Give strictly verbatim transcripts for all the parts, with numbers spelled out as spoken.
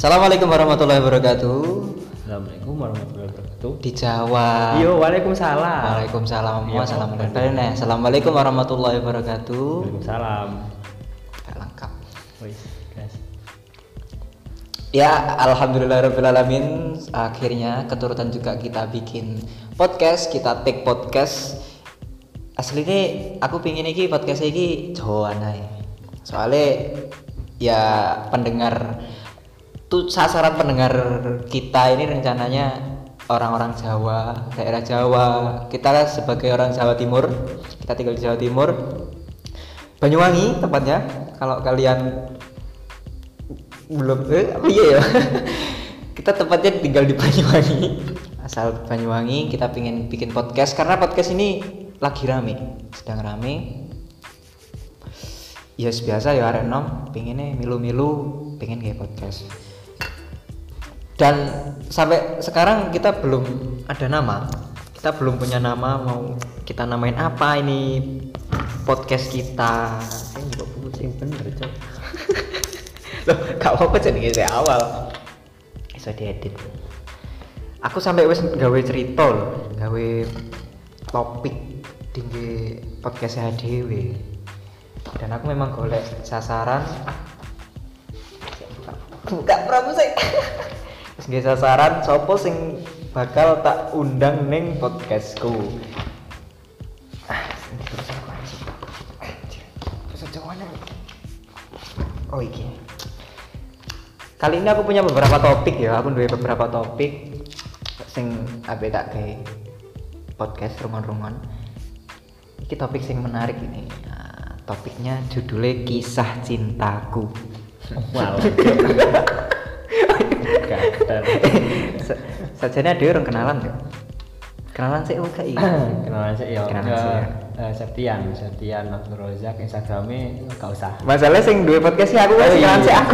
Assalamualaikum warahmatullahi wabarakatuh. Assalamualaikum warahmatullahi wabarakatuh. Dijawab. Yo, waalaikumsalam. Waalaikumsalam. Yo, Assalamualaikum. Nah, Assalamualaikum warahmatullahi wabarakatuh. Waalaikumsalam. Gak lengkap. Wih, guys. Ya, alhamdulillahirobbilalamin. Akhirnya keturutan juga kita bikin podcast, kita take podcast. Aslinya aku pingin iki podcast iki Jawa ae. Soalnya ya pendengar tuh sasaran pendengar kita ini rencananya orang-orang Jawa, daerah Jawa. Kita sebagai orang Jawa Timur, kita tinggal di Jawa Timur, Banyuwangi tepatnya. Kalau kalian belum, eh, iya ya. Kita tepatnya tinggal di Banyuwangi, asal Banyuwangi. Kita pengen bikin podcast karena podcast ini lagi rame, sedang rame. Ya biasa ya arek nom, pengennya milu-milu, pengen kayak podcast. Dan sampai sekarang kita belum ada nama, kita belum punya nama. Mau kita namain apa ini podcast kita? Saya juga pusing bener cok. Loh, gak apa-apa jadi saya awal. Bisa diedit. Aku sampai wes gawe cerita loh, gawe topik tinggi podcast H D W. Dan aku memang golek sasaran. Buka promo saya. Terus nggih sasaran sopo sing bakal tak undang ning podcastku. Ah, ini terus aku anjing. Terus jawabannya. Oh iki. Kali ini aku punya beberapa topik ya, aku duwe beberapa topik sing abe tak gawe podcast rungon-rungon. Iki topik sing menarik ini. Nah, topiknya judulnya Kisah Cintaku. Wow. Gatel. Sajane ada orang kenalan ya. Kenalan sih uga iki. Kenalan sih ya. Kenalan sih ya. Eh, Septian, Septian Abdul Razak, Instagramnya gak usah. Masalahnya sing duwe podcast aku Oh, wis iya, kenalan sih iya. aku.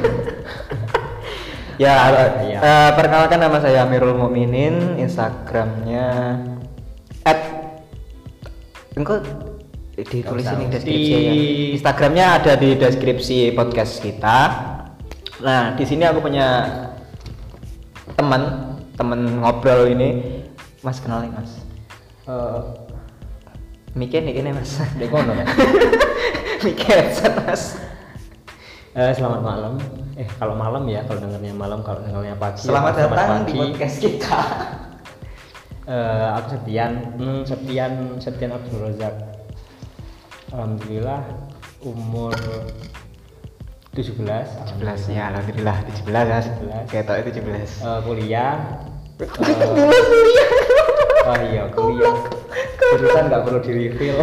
Ya, Iya. eh, perkenalkan nama saya Amirul Mukminin, Instagramnya at engko ditulis Gak usah. ini deskripsi Di- ya. Instagramnya ada di deskripsi podcast kita. Nah, di sini aku punya teman, teman ngobrol ini. Mas kenalin Mas. Eh, Mikir nih ini Mas. Dek kono kan. Mikir headset Mas. Eh, selamat malam. Eh, kalau malam ya, kalau dengarnya malam, kalau dengarnya pagi. Selamat ya, datang pagi. di podcast kita. Eh, aku Septian, hmm, Septian, Septian Abdul Razak. Alhamdulillah umur tujuh belas. tujuh belas ya, alhamdulillah tujuh belas Mas. tujuh belas. Ketok tujuh belas. Eh, kuliah. tujuh belas kuliah. Oh iya, kuliah. Jurusan nggak perlu di reveal.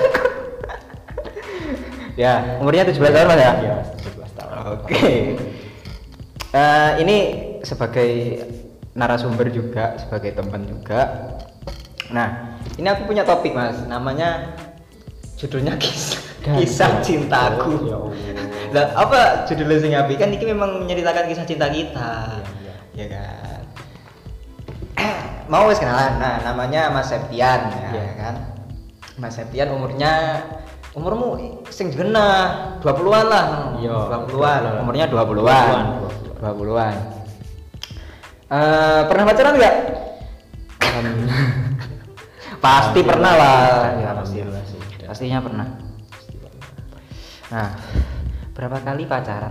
Ya, umurnya tujuh belas tahun Mas ya? Iya, tujuh belas tahun. Oke. Eh, ini sebagai narasumber juga, sebagai teman juga. Nah, ini aku punya topik Mas, namanya judulnya kisah, kisah cintaku. Ya Allah. Lah, apa judulnya sing apik kan ini memang menceritakan kisah cinta kita. Iya, Ya kan. Mau wis kenalan. Nah, namanya Mas Septian ya, Iya. kan. Mas Septian umurnya umurmu sing genah dua puluhan lah. Iya, dua puluhan. dua puluhan. Umurnya dua puluhan. dua puluhan. Eh, pernah pacaran enggak? Pasti pernah lah. Ya, pasti. Alhamdulillah sih. Pastinya pernah. Nah, berapa kali pacaran?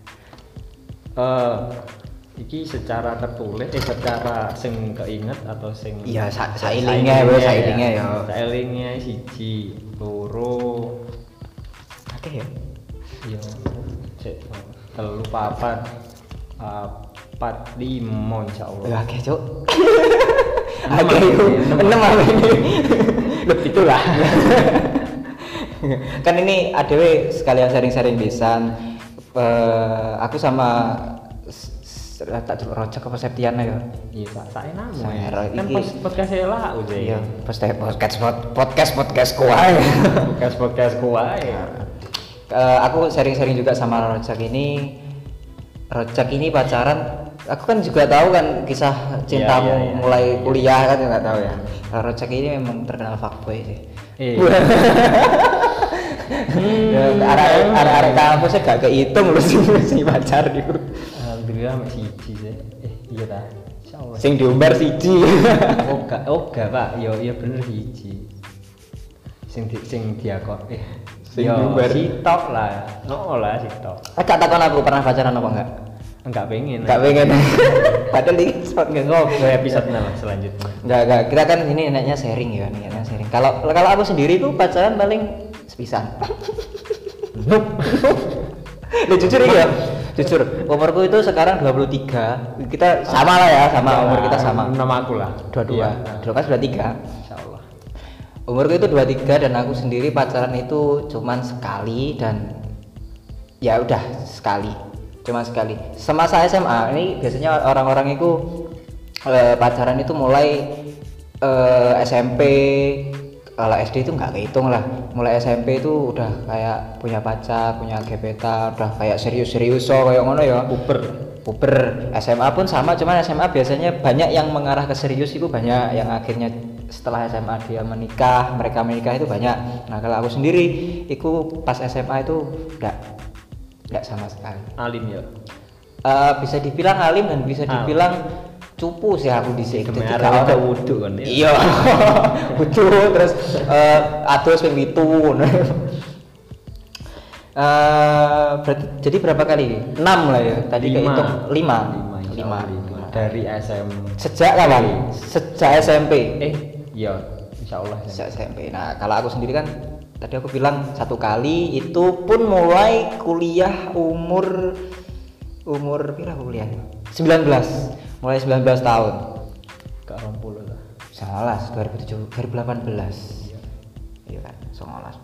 Eh, iki secara tertulis, eh secara sing keinget atau sing Iya, sa sailingnya wes sailingnya ya. Sailingnya siji, loro, Oke ya. yo, cek, telu papat, papat lima insyaallah. Lah oke, Cuk. Enam Oke, apa yuk. ini? Enam Enam apa ini? Loh, itulah. Kan ini A D W sekalian sharing-sharing pisan. Eh, aku sama s- s- tak rojak apa Septiana ya. Iya, sak sak enak Saya kan iki- pos podcast saya lah udah. Iya, podcast podcast podcast podcast kuai. Podcast podcast kuai. Eh, aku sharing-sharing juga sama Rojak ini. Rojak ini pacaran. Aku kan juga tahu kan kisah cintamu iya, iya. mulai kuliah kan nggak tahu ya. Kalau Rojak ini memang terkenal fuckboy sih. Iya. Ya, arek-arek kampusnya gak kehitung lu sih sing pacar itu. alhamdulillah mek siji sih. Eh iya ta. Insyaallah. Sing diumbar siji. Oh gak, oh gak Pak, yo yo bener siji. Sing di, sing diakon eh Sing yo diumbar. sitok lah. No lah sitok. Agak takon aku pernah pacaran apa enggak? Enggak pengen. Enggak pengen. Padahal ini spot Enggak ngobrol episode lah selanjutnya. Enggak, enggak. Kita kan ini enaknya sharing ya, niatnya sharing. Kalau kalau aku sendiri tuh pacaran paling sepisan. Lu jujur ya? Jujur, umurku itu sekarang dua puluh tiga. Kita sama lah ya, sama umur kita sama. Nama aku lah. dua puluh dua. Dulu kan sudah tiga. Insyaallah. Umurku itu dua puluh tiga dan aku sendiri pacaran itu cuman sekali dan ya udah sekali. Cuma sekali. Semasa S M A ini biasanya orang-orang itu eh, pacaran itu mulai eh, S M P. Kalau S D itu nggak kehitung lah. Mulai S M P itu udah kayak punya pacar, punya gebetan, udah kayak serius-serius so kayak ngono ya. Puber. Puber. S M A pun sama, cuman S M A biasanya banyak yang mengarah ke serius itu banyak, yang akhirnya setelah S M A dia menikah, mereka menikah itu banyak. Nah kalau aku sendiri, itu pas S M A itu enggak, enggak sama sekali. Alim ya. Uh, bisa dibilang alim dan bisa dibilang cupu sih aku di sini. Kemarin ada wudhu kan ya. Iya. Wudhu terus uh, atus ping pitu. Uh, berarti jadi berapa kali? enam lah ya. Tadi Lima. kehitung lima. Lima, lima. lima. Dari S M Sejak kapan? Sejak S M P. Eh, iya, insyaallah. Sejak S M P. Nah, kalau aku sendiri kan tadi aku bilang satu kali, itu pun mulai kuliah umur umur berapa kuliah? sembilan belas. Mulai sembilan belas tahun. Ke dua puluh lah. Salah, dua ribu tujuh, dua ribu delapan belas. Iya. Iya kan, sembilan belas.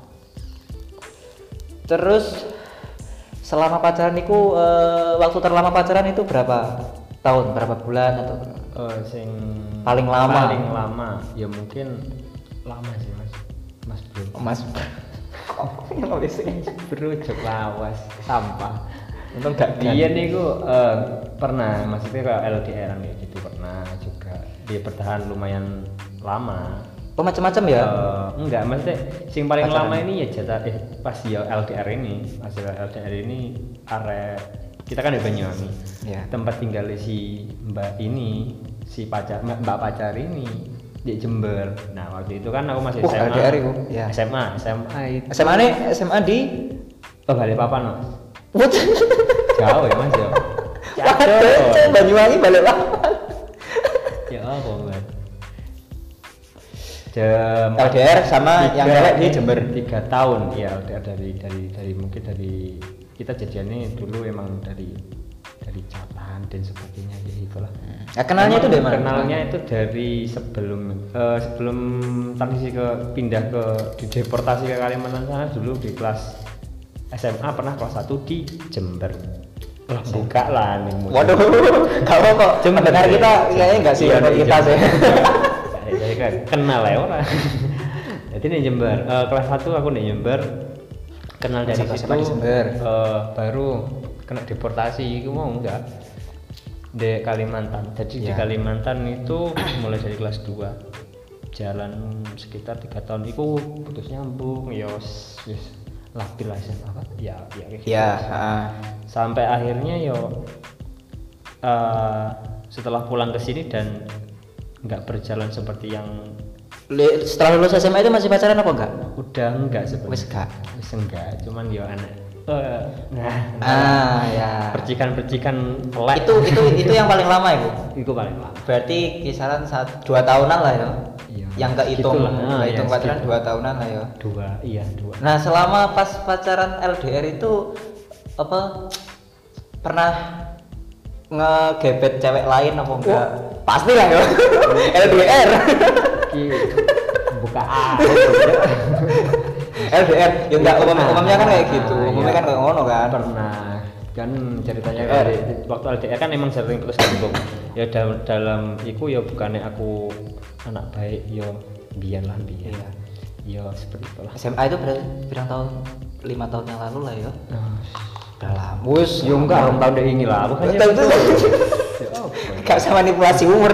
Terus selama pacaran itu eh, waktu terlama pacaran itu berapa tahun, berapa bulan atau Eh, sing paling lama? Paling lama ya mungkin lama sih Mas. Mas Bro. Oh, Mas. Kok yang nulis sih? Bro jok lawas sampah. Untung gak Dia niku eh, pernah maksudnya kayak L D R kayak gitu pernah juga. Dia bertahan lumayan lama. Oh, macam-macam ya? Eh, enggak, maksudnya sing paling Pacaran. lama ini ya jatah eh pas ya L D R ini, hasil L D R ini arek kita kan di Banyuwangi. Ya. Tempat tinggal si Mbak ini, si pacar Mbak Mbak pacar ini di Jember. Nah, waktu itu kan aku masih Oh, S M A. L D R itu, ya. S M A, S M A itu. S M A nih, S M A di Oh, Balikpapan, Mas. What? Jauh ya, Mas ya. Waduh, Banyuwangi Balikpapan. Ya apa, Mas? Jam L D R sama tiga- yang cewek di Jember. tiga tahun ya L D R dari dari dari mungkin dari kita jadiannya dulu emang dari dari catatan dan sebagainya ya itulah. Nah, kenalnya itu dari mana? Kenalnya itu dari sebelum eh, sebelum transisi ke pindah ke dideportasi ke Kalimantan sana dulu di kelas S M A pernah kelas satu di Jember. Lah buka lah nih. musuh. Waduh, kalau kok mendengar kita kayaknya enggak sih Iya, menurut di kita sih. Jember. Jadi kan kenal ya orang. Jadi di Jember eh, kelas satu aku di Jember kenal dari Kelas situ satu di Jember. eh, baru kena deportasi itu mau enggak di Kalimantan. Jadi di Ya. Kalimantan itu mulai dari kelas dua jalan sekitar tiga tahun itu putus nyambung ya wis wis labil lah S M A apa ya ya kayak gitu. Ya, ah. Sampai akhirnya yo eh, setelah pulang ke sini dan nggak berjalan seperti yang Le- setelah lulus S M A itu masih pacaran apa enggak? udah enggak sebenarnya. Wis enggak. Wis enggak, cuman yo anak. Eh, nah, Ah, ya. percikan-percikan pelek. Itu itu itu yang paling lama ya, Bu? itu paling lama. Berarti kisaran satu dua tahunan lah ya. Iya. Yang kehitung, Segitulah. Ah, kehitung ya, pacaran segitu. dua tahunan lah ya. Dua, iya dua. Nah, selama pas pacaran L D R itu apa pernah ngegebet cewek lain apa enggak? Pasti lah ya. L D R. Ki buka A. L D R ya enggak umum, Pernah. umumnya kan kayak gitu. Ah, Umumnya iya. kan kayak ngono kan. Pernah kan ceritanya L D R. kan di- waktu L D R kan emang sering terus nyambung ya dalam dalam iku ya bukannya aku anak baik yo biar lah biar Iya. yo seperti itulah. S M A itu berarti berapa tahun? lima tahun yang lalu lah ya. Nah, Udah lama. Wus, yo enggak orang tahun deh ini lah aku kan Betul, betul. Gak usah manipulasi umur.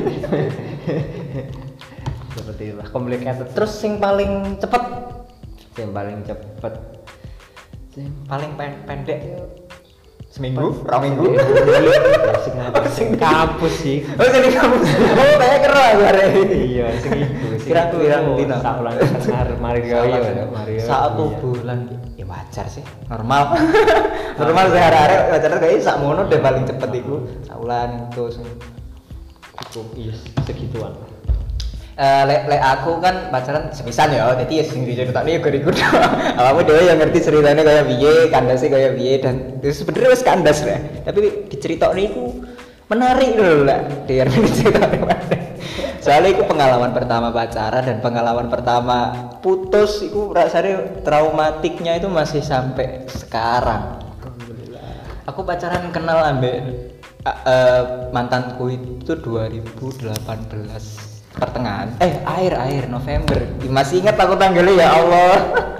seperti itulah complicated. Terus yang paling cepet, yang paling cepet paling pen- pendek Seminggu, rong minggu. Sing sing kampus sih. Oh, sing kampus. Oh, kayak kero aku arek. Iya, sing iku. Kira-kira dino. Sak bulan setengah mari gawe ya, mari. Satu bulan ya wajar sih, normal. Normal sih arek-arek wajar kayak sak mono deh paling cepet iku. Sak bulan terus cukup iya segituan. Eh lek lek aku kan pacaran sepisan ya, jadi ya sing diceritani ya goriku. Awakmu dhewe yang ngerti ceritanya kaya piye, kandase kaya piye dan itu sebenarnya wis kandas lah. Tapi diceritakne iku menarik lho lah. Biar diceritakne mana. Soalnya itu pengalaman pertama pacaran dan pengalaman pertama putus itu rasanya traumatiknya itu masih sampai sekarang. Alhamdulillah. Aku pacaran kenal ambek uh, mantanku itu dua ribu delapan belas pertengahan eh akhir akhir November. Masih ingat aku tanggalnya ya Allah.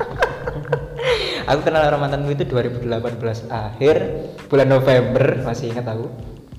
Aku kenal orang mantanku itu dua ribu delapan belas akhir bulan November, masih ingat aku.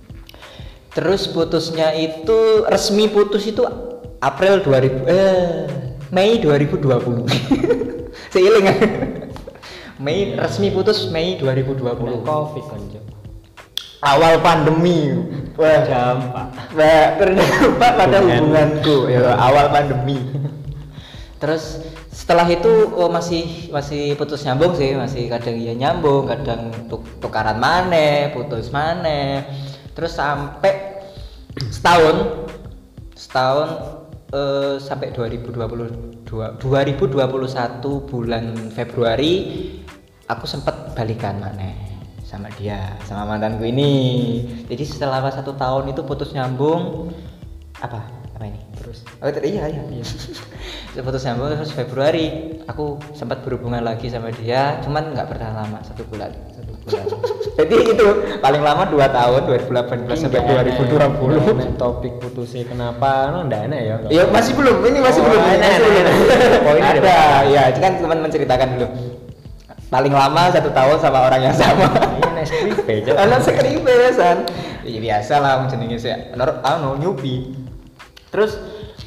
Terus putusnya itu resmi putus itu April dua ribu eh Mei dua ribu dua puluh. Seiling kan. Mei resmi putus Mei dua ribu dua puluh. Covid kan, Cok. Awal pandemi. Wah, dampak. Wah, terdampak pada hubunganku ya awal pandemi. Terus setelah itu oh, masih masih putus nyambung sih, masih kadang ya nyambung, kadang tuk, tukaran maneh, putus maneh. Terus sampai setahun setahun eh, sampai dua ribu dua puluh dua dua ribu dua puluh satu bulan Februari aku sempat balikan maneh sama dia, sama mantanku ini. Jadi setelah satu tahun itu putus nyambung apa apa ini terus oh iya iya, iya. Putus nyambung terus Februari aku sempat berhubungan lagi sama dia, cuman nggak bertahan lama, satu bulan satu bulan. Jadi itu paling lama dua tahun dua ribu delapan belas sampai dua ribu dua puluh. Topik putusnya kenapa no ndak enak ya? Ya masih belum, ini masih oh, belum enak, masih enak, belum. enak. Oh, ini ada ya, itu kan teman menceritakan dulu. Paling lama satu tahun sama orang yang sama. Iya, nice skripe, Cok. Anak skripe ya san. Ya biasa lah jenenge sih. Menurut anu newbie. Terus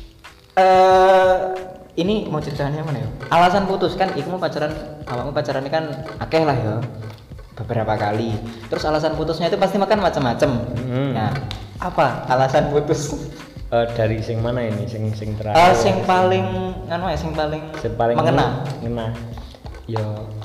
eh ini mau ceritanya mana ya? Alasan putus kan iku mau pacaran, awakmu pacaran kan akeh lah ya. Beberapa kali. Terus alasan putusnya itu pasti makan macam-macam. Hmm. Nah, apa alasan putus? Uh, dari sing mana ini? Sing sing Uh, terakhir. sing paling anu ya, sing paling sing paling mengena. Ngena. Yo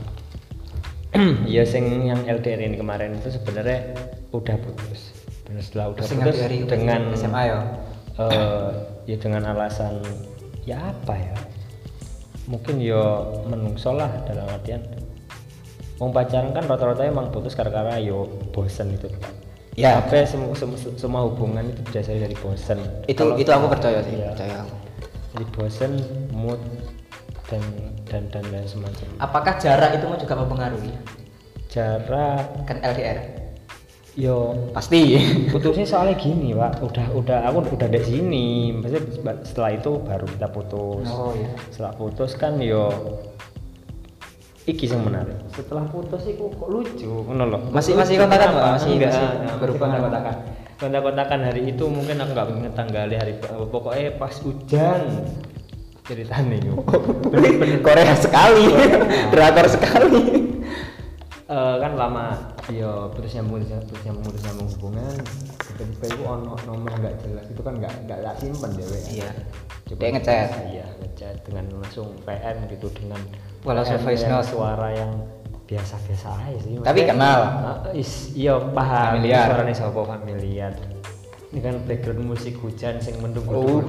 ya sing yang L D R ini kemarin itu sebenarnya udah putus. Dan setelah udah Sing putus dari dengan S M A ya. Uh, ya dengan alasan ya apa ya? Mungkin yo menungso lah dalam artian wong pacaran kan rata-rata emang putus gara-gara yo bosen itu. Ya, Apa semua semua, semua hubungan itu biasanya dari bosen. itu Kalau, itu aku percaya sih, iya. percaya aku. Jadi bosen, mood dan dan dan lain semacam. Apakah jarak itu juga mempengaruhi? Jarak Kan L D R. yo Pasti. putusnya soalnya gini, Pak. Udah udah aku udah di sini. Maksudnya setelah itu baru kita putus. Oh iya. Setelah putus kan yo iki yang menarik. Setelah putus itu kok lucu, ngono loh. Masih masih kontakan Pak? Masih enggak, masih nah, berhubungan masih kontak-kontakan. Kontak-kontakan hari itu mungkin aku enggak inget tanggalnya hari pokoknya pas hujan ceritanya itu. Bener-bener Korea sekali. Drakor sekali. Uh, kan lama yo putus nyambung putus nyambung putus nyambung hubungan tiba-tiba itu ono nomor nggak jelas itu kan nggak nggak tak simpen deh Iya. coba Dia ngechat. iya ngechat dengan langsung P M gitu dengan Wah, langsung P M voice yang note. suara yang biasa-biasa aja sih Tapi maksudnya, kenal. uh, is iya paham Familiar. suaranya siapa familiar ini kan background musik hujan sing mendung Oh.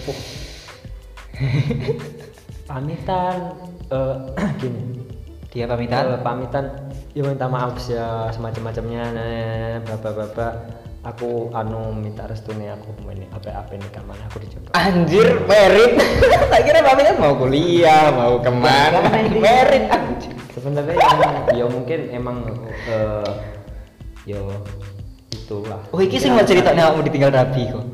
pamitan uh, gini Dia pamitan. Uh, pamitan ya minta maaf ya semacam-macamnya nah bapak-bapak aku anu minta restu nih aku main apa-apa nih kamar aku dicoba Anjir, merit. Tak kira pamitan mau kuliah, mau kemana? Merit anjir. sebenarnya yang ya mungkin emang uh, yo itulah Oh, iki sing mau ceritanya kamu ditinggal rabi kok.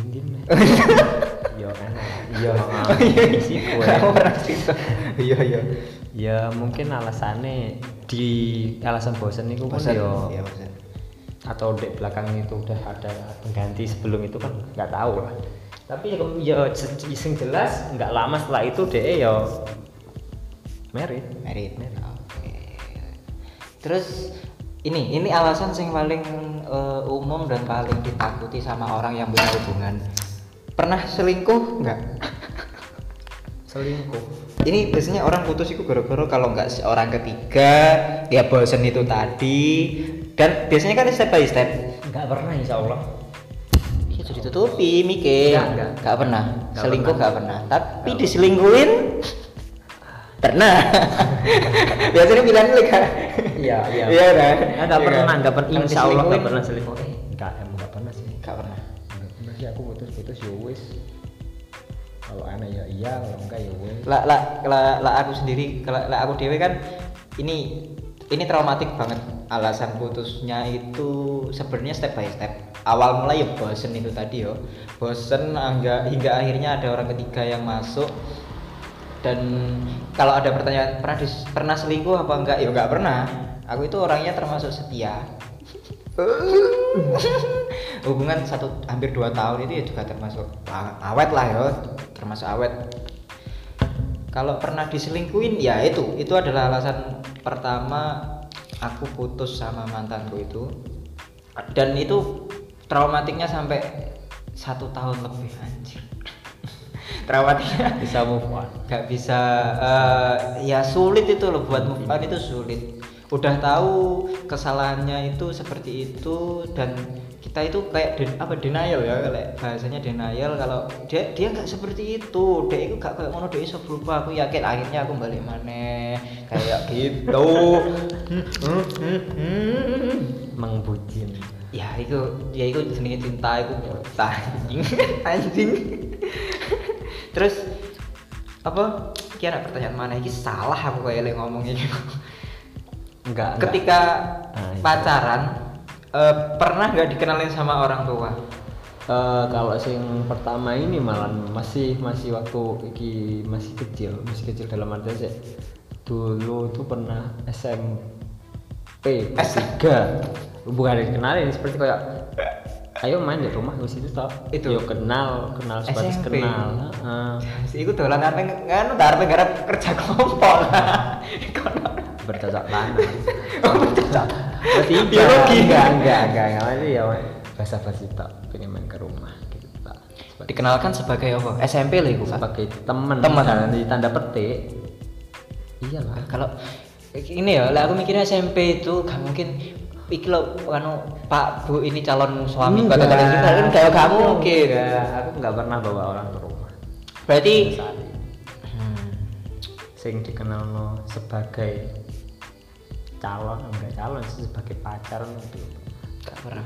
yo enak yo sih Kamu pernah cerita. Iya, iya. ya mungkin alasannya di alasan bosan itu kan Bosan. yo Iya, bosan. atau di belakang itu udah ada pengganti sebelum itu kan nggak tahu lah tapi ya ya sing jelas nggak lama setelah itu deh ya married Merit. Oke. Terus ini ini alasan yang paling uh, umum dan paling ditakuti sama orang yang punya hubungan. Pernah selingkuh nggak? Selingkuh. Ini biasanya orang putus itu gara-gara kalau nggak orang ketiga ya bosen itu tadi, dan biasanya kan step by step. Nggak pernah insya Allah. Iya sudah ditutupi mikir. Nggak, nggak. Nggak pernah. Nggak Selingkuh pernah. nggak pernah. Tapi Nggak diselingkuhin pernah. Biasanya pilihan lu kan? Iya iya. Iya kan? Nggak nggak Iya pernah kan? nggak pernah Kalau insya Allah nggak diselingkuhin, pernah selingkuh. Eh nggak emang nggak pernah sih. nggak pernah. Nggak pernah sih aku putus-putus ya wis. Kalau aneh ya iya, kalau enggak ya wes. Lah lah lah lah aku sendiri, lah lah aku dewe kan ini ini traumatik banget. Alasan putusnya itu sebenarnya step by step. Awal mulai ya bosen itu tadi yo. Bosen hingga hingga akhirnya ada orang ketiga yang masuk. Dan kalau ada pertanyaan pernah dis, pernah selingkuh apa enggak? Ya enggak pernah. Aku itu orangnya termasuk setia. Hubungan satu hampir dua tahun itu ya juga termasuk awet lah ya, termasuk awet. Kalau pernah diselingkuhin ya itu itu adalah alasan pertama aku putus sama mantanku itu, dan itu traumatiknya sampai satu tahun lebih anjir. Traumatiknya Bisa move on. gak bisa uh, ya sulit itu loh, buat move on itu sulit. Udah tahu kesalahannya itu seperti itu, dan kita itu kayak den, apa denial ya, kayak bahasanya denial. Kalau dia dia nggak seperti itu, dia itu gak kayak ngono, dia iso berubah. Aku yakin akhirnya aku balik maneh kayak gitu. Mengbucin. Ya itu ya itu jenenge cinta itu anjing anjing. Terus apa kira pertanyaan mana ini salah aku kayak ngomong ini. Enggak. Ketika Nah, itu. pacaran eh, pernah nggak dikenalin sama orang tua? Eh, kalau yang pertama ini malah masih masih waktu iki masih kecil, masih kecil dalam arti sih. Dulu tuh pernah S M P S tiga. Bukan dikenalin seperti kayak ayo main di rumah di situ toh. Itu. Yo kenal, kenal sebatas S M P. kenal. Heeh. Iku dolan arep kan arep garap kerja kelompok. Bercocok tanam. Oh, bercocok. Berarti Biologi. enggak enggak enggak enggak masih ya basa-basi tok pengen main ke rumah gitu tak. Sebagai- Dikenalkan sebagai apa? S M P lah iku, Pak. sebagai teman Teman. dan di tanda petik. Iyalah. Kalau ini ya, lah aku mikirnya S M P itu gak mungkin iki lo anu Pak Bu ini calon suami Enggak. kata kalian kan gak kamu mungkin. Enggak, aku enggak pernah bawa orang ke rumah. Berarti Sekali. hmm, Sing dikenal no sebagai calon enggak calon sih, sebagai pacar itu. gak pernah.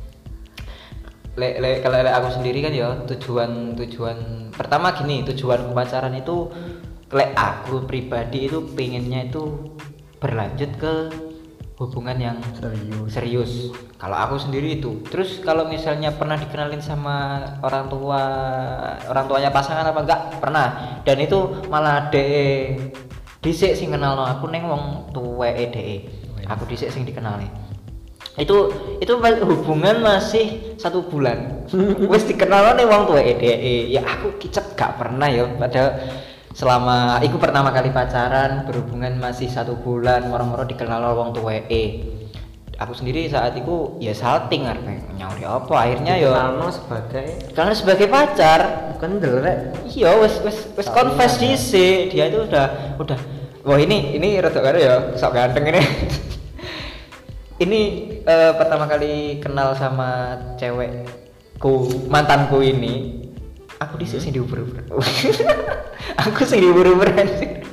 Lek lek kalau lek aku sendiri kan ya tujuan tujuan pertama gini, tujuan pacaran itu lek aku pribadi itu pengennya itu berlanjut ke hubungan yang Serius. serius. Kalau aku sendiri itu. Terus kalau misalnya pernah dikenalin sama orang tua, orang tuanya pasangan apa enggak? Pernah. Dan itu malah de dhisik sing kenalno aku neng wong tuweke dhek. Aku dhisik sing dikenali. Itu itu hubungan masih satu bulan. Wis dikenalno ning wong tuweke dhek. Ya aku kicep gak pernah ya, padahal selama itu pertama kali pacaran berhubungan masih satu bulan moro-moro dikenal wong tuweke. Aku sendiri saat itu ya salting arep nyauri apa akhirnya ya Dikenalno sebagai karena sebagai pacar. kendel rek. Iya wes wes wes Tak confess iya. dhisik, dia itu udah udah wah ini ini rada karo ya sok ganteng ini. Ini eh, pertama kali kenal sama cewekku, mantanku ini. Aku dhisik sing diuber-uber. Aku sing diuber-uber anjir.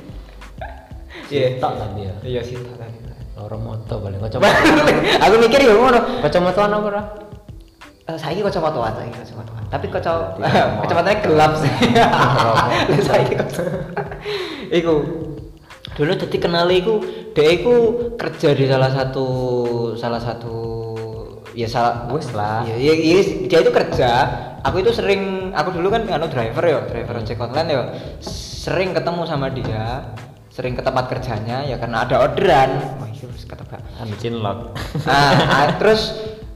Iya. Tak tadi ya. Iya sih tak tadi. Loro moto paling kacamata. Aku mikir ya ngono. Kacamata ana ora? Eh, saiki kacamata saiki kacamata. Tapi kaca Berarti rokok. kacamatanya gelap sih. Rokok. Saiki kacamata. Iku dulu dadi kenal iku dhek iku kerja di salah satu salah satu ya salah Wes lah. ya, ya, ya, dia itu kerja. Aku itu sering, aku dulu kan anu driver ya, driver ojek online ya, sering ketemu sama dia, sering ke tempat kerjanya ya karena ada orderan. Wah itu harus ketebak. Anu cinlok. Nah, ah, terus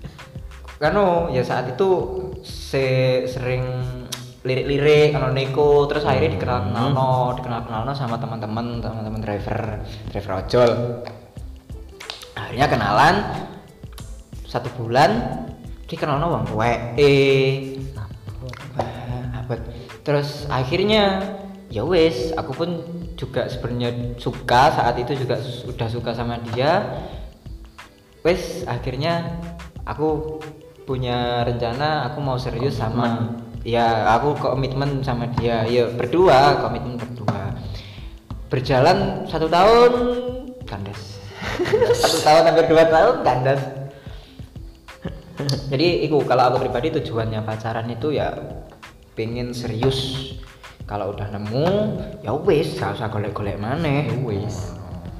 kanu ya saat itu se sering lirik-lirik anu neko, terus akhirnya dikenal kenalno dikenal kenalno sama teman-teman teman-teman driver driver ojol. Nah akhirnya kenalan satu bulan dikenal wong tuwek eh abot. Terus akhirnya ya wes aku pun juga sebenarnya suka saat itu juga sudah suka sama dia. Wes akhirnya aku punya rencana aku mau serius sama ya aku komitmen sama dia ya berdua komitmen berdua berjalan satu tahun kandas satu tahun hampir dua tahun kandas. Jadi itu kalau aku pribadi tujuannya pacaran itu ya pengen serius. Kalau udah nemu ya wis gak usah golek-golek maneh wis.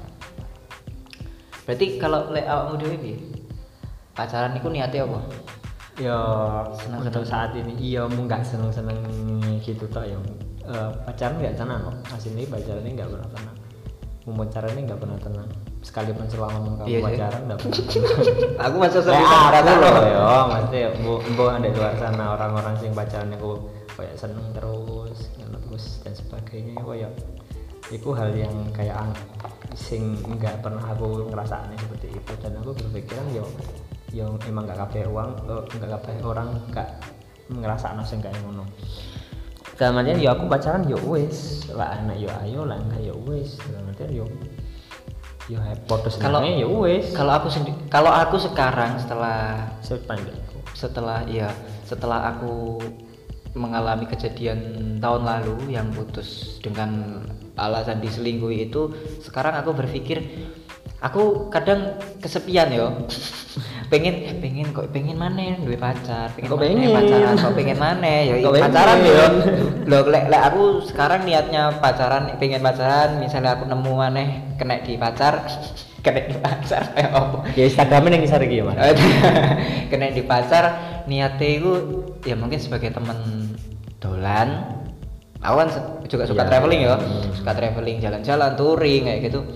Berarti kalau lek awakmu dhewe piye? Pacaran iku niate apa? Ya Seneng untuk seneng. saat ini iya mau nggak seneng seneng gitu toh ya. Eh, pacaran nggak tenang kok. Aslinya pacaran ini nggak pernah tenang. Mau pacaran ini nggak pernah tenang. Sekalipun selama kamu Iya sih. pacaran nggak pernah tenang. Aku masuk Kayak serius aku rata loh loh. ya, maksudnya bu bu ada di luar sana orang-orang sing pacaran aku kayak seneng terus, ngono terus dan sebagainya kayak itu hal yang kayak ang- sing nggak pernah aku ngerasain seperti itu dan aku berpikiran yo yo emang nggak kabeh uang nggak uh, kabeh orang nggak ngerasain sing kayak ngono. Dalam artian yo aku pacaran yo wis, lah anak yo ayo lah enggak yo wis, dalam artian yo yo podo Kalau senenge yo wis. kalau aku sendi- kalau aku sekarang setelah Sepandangku. setelah iya setelah aku mengalami kejadian tahun lalu yang putus dengan alasan diselingkuhi itu, sekarang aku berpikir aku kadang kesepian yo. pengen eh, pengen kok pengen mana duwe pacar, pengen Kok maneh pengen? pacaran, kok pengen mana ya Kok pacaran pengen? yo. Loh lek lek aku sekarang niatnya pacaran, pengen pacaran, misalnya aku nemu maneh kena di pacar kena di pacar kayak apa Ya Instagramnya yang kisah iki ya, Mas. kena di pacar niatnya itu ya mungkin sebagai temen dolan. Aku kan se- juga suka Iya. traveling ya, Hmm. suka traveling, jalan-jalan, touring kayak gitu.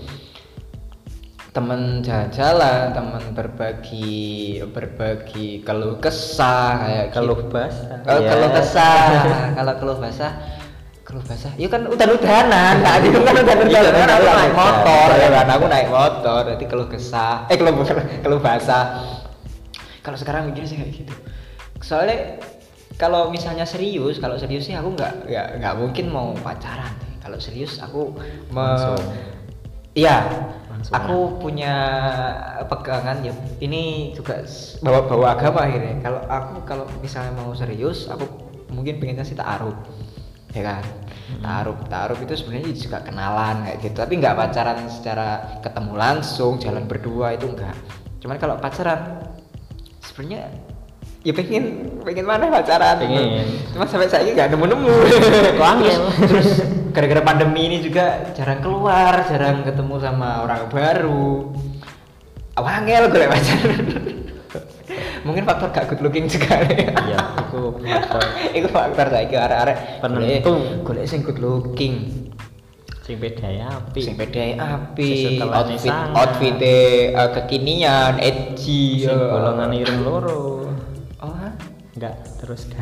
Temen jalan-jalan, temen berbagi berbagi keluh kesah kayak Keluh gitu. basah. Oh, Iya. keluh kesah. Kalau keluh basah, keluh basah. Itu kan udan-udanan, nah itu kan udan-udanan. Kan aku naik motor, ya kan aku naik motor, berarti keluh kesah. Eh keluh keluh basah. Kalau sekarang mikirnya sih kayak gitu. Soalnya kalau misalnya serius, kalau serius sih aku nggak nggak nggak mungkin mau pacaran. Kalau serius aku me- Langsung. iya, Langsung aku punya pegangan ya. Ini juga s- bawa-bawa agama akhirnya. Kalau aku kalau misalnya mau serius, aku mungkin pengennya sih ta'aruf, ya kan? Ta'aruf, ta'aruf itu sebenarnya juga kenalan kayak gitu. Tapi nggak pacaran secara ketemu langsung, jalan berdua itu enggak. Cuman kalau pacaran, sebenarnya ya pengen pengen mana pacaran. Pengen. Cuma sampai saya nggak nemu-nemu. Wangil. Terus gara-gara pandemi ini juga jarang keluar, jarang ketemu sama orang baru. Wangel gue pacaran. Mungkin faktor gak good looking juga. Iya, itu faktor Iku faktor saiki arek-arek Penentu. golek sing good looking. sing bedanya api. Sing bedai api, Sesetelahnya outfit sangat. outfite uh, kekinian, edgy. Sing uh. golongan ireng loro. Oh, hah? Enggak, terus kan.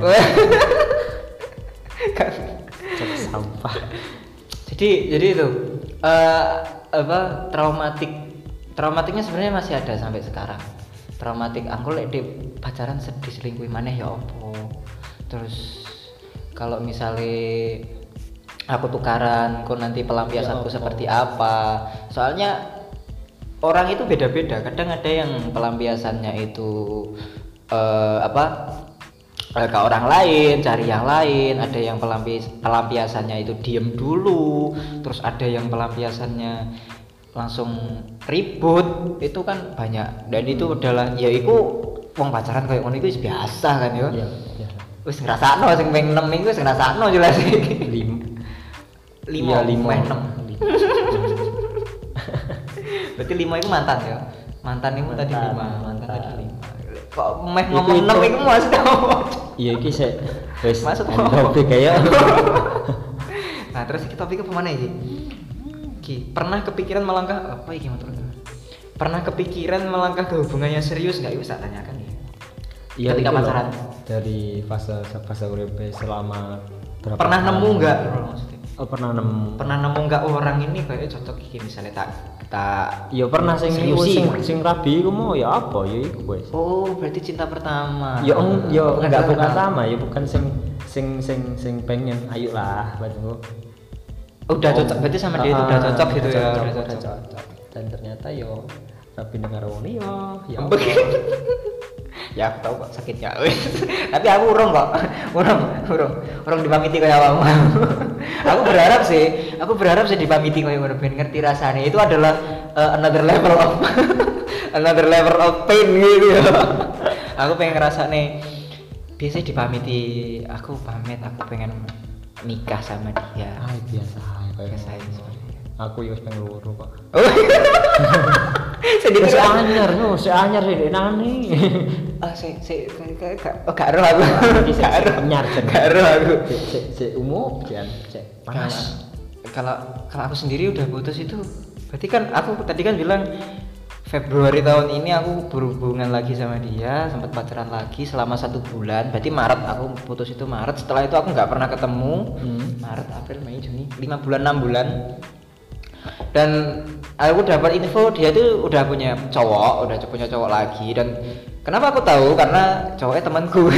Cek sampah. jadi jadi itu uh, apa traumatik traumatiknya sebenarnya masih ada sampai sekarang. Traumatik aku lek di pacaran sedih selingkuh maneh ya opo. Terus kalau misalnya aku tukaran, kok nanti pelampiasanku Ya seperti apa? Soalnya orang itu beda-beda. Kadang ada yang pelampiasannya itu eh, apa? eh, ke orang lain, cari yang lain. Ada yang pelampias pelampiasannya itu diem dulu. Terus ada yang pelampiasannya langsung ribut. Itu kan banyak. Dan itu adalah ya itu wong pacaran kayak ngono itu biasa kan ya. Iya, iya. Wis ngrasakno sing ping enam iku wis ngrasakno jelas iki. Lim. lima Iya, lima. meh enam. Berarti lima itu mantan ya. Mantan itu tadi Mantan, lima, mantan mantan. tadi lima. Kok meh Itu- ngomong enam itu- iku mas tau. Iya iki sik wis Maksud end apa? topik kayak. Nah, terus iki topiknya kemana iki? Ki, pernah kepikiran melangkah apa iki motor? Pernah kepikiran melangkah ke hubungan yang serius enggak? Iku tak tanyakan ya. Iya, Ketika itu loh, pacaran. dari fase fase urip selama berapa Pernah tahun. nemu enggak? Maksudnya. Oh, pernah nemu. Pernah nemu nggak orang ini kayaknya cocok iki misalnya tak tak Ya pernah sing seriusi. sing sing rabi iku mau ya apa ya iku wis. Oh, berarti cinta pertama. Ya eng, ya Bukan enggak cinta bukan pertama. sama ya bukan sing sing sing sing pengen ayo lah badanku. Udah cocok, berarti sama dia itu udah cocok gitu ya, udah udah cocok, cocok. dan ternyata yo rabi dengar wong yo ya Ya aku tahu kok sakitnya. Tapi aku urung kok. Urung, urung. Urung dipamiti kayak awakmu. Aku berharap sih, aku berharap sih dipamiti kayak ngono ben ngerti rasanya. Itu adalah uh, another level of another level of pain gitu ya. Aku pengen ngerasane biasanya dipamiti, aku pamit, aku pengen nikah sama dia. ah biasa ae kayak Biasa aja ngono. seperti itu. Aku yo wis pengen loro kok. Oh. Sedih Wis tuh. anyar no, si anyar sih nane. Ah, saya saya gak oh gak ero aku. Gak ero. Anyar jen. Gak ero aku. Sik sik umum jan cek panas. Kalau kalau aku sendiri udah putus itu berarti kan aku tadi kan bilang Februari tahun ini aku berhubungan lagi sama dia, sempat pacaran lagi selama satu bulan. Berarti Maret aku putus itu Maret. Setelah itu aku nggak pernah ketemu. Hmm. Maret, April, Mei, Juni, lima bulan, enam bulan. Dan aku dapat info dia tuh udah punya cowok, udah punya cowok lagi. Dan kenapa aku tahu? Karena cowoknya temanku.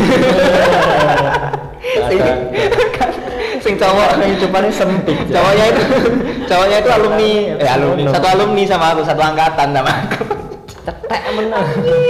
sing, sing cowok Kehidupannya sempit. cowoknya itu cowoknya itu alumni eh alumni satu alumni sama aku, satu angkatan sama aku. Cetek menang.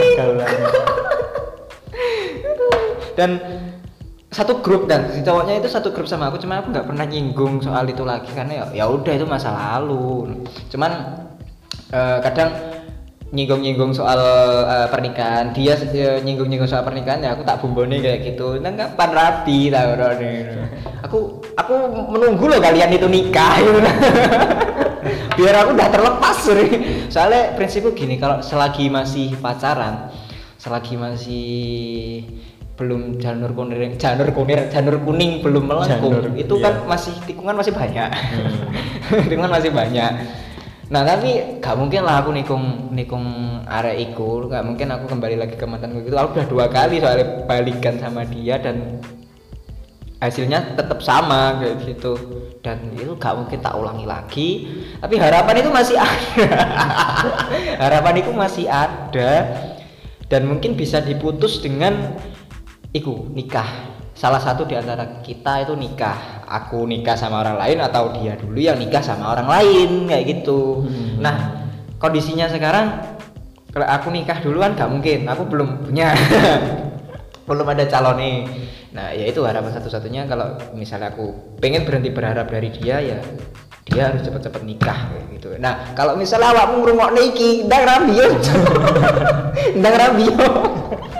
Dan satu grup, dan si cowoknya itu satu grup sama aku, cuma aku nggak pernah nyinggung soal itu lagi karena ya ya udah itu masa lalu. Cuman eh, kadang nyinggung-nyinggung soal eh, pernikahan, dia eh, nyinggung-nyinggung soal pernikahan ya aku tak bumboni kayak gitu. Nang kapan rapi tau Aku aku menunggu loh kalian itu nikah gitu. Biar aku udah terlepas sorry. Soalnya prinsipku gini, kalau selagi masih pacaran, selagi masih belum janur kuning janur kuning janur kuning belum melengkung, Janur, itu iya. kan masih tikungan masih banyak. Tikungan masih banyak. Nah tapi gak mungkin lah aku nikung nikung arek iku, gak mungkin aku kembali lagi ke mantanku gitu. Aku udah dua kali soalnya balikan sama dia dan hasilnya tetap sama kayak gitu, dan itu gak mungkin tak ulangi lagi. Tapi harapan itu masih ada. Harapan itu masih ada dan mungkin bisa diputus dengan iku nikah. Salah satu di antara kita itu nikah. Aku nikah sama orang lain atau dia dulu yang nikah sama orang lain kayak gitu. Hmm. Nah, kondisinya sekarang kalau aku nikah duluan gak mungkin. Aku belum punya. Belum ada calon nih. Nah, ya itu harapan satu-satunya kalau misalnya aku pengen berhenti berharap dari dia, ya dia harus cepet-cepet nikah kayak gitu. Nah, kalau misalnya awakmu ngrungokne iki ndang rabi yo. Ndang rabi yo.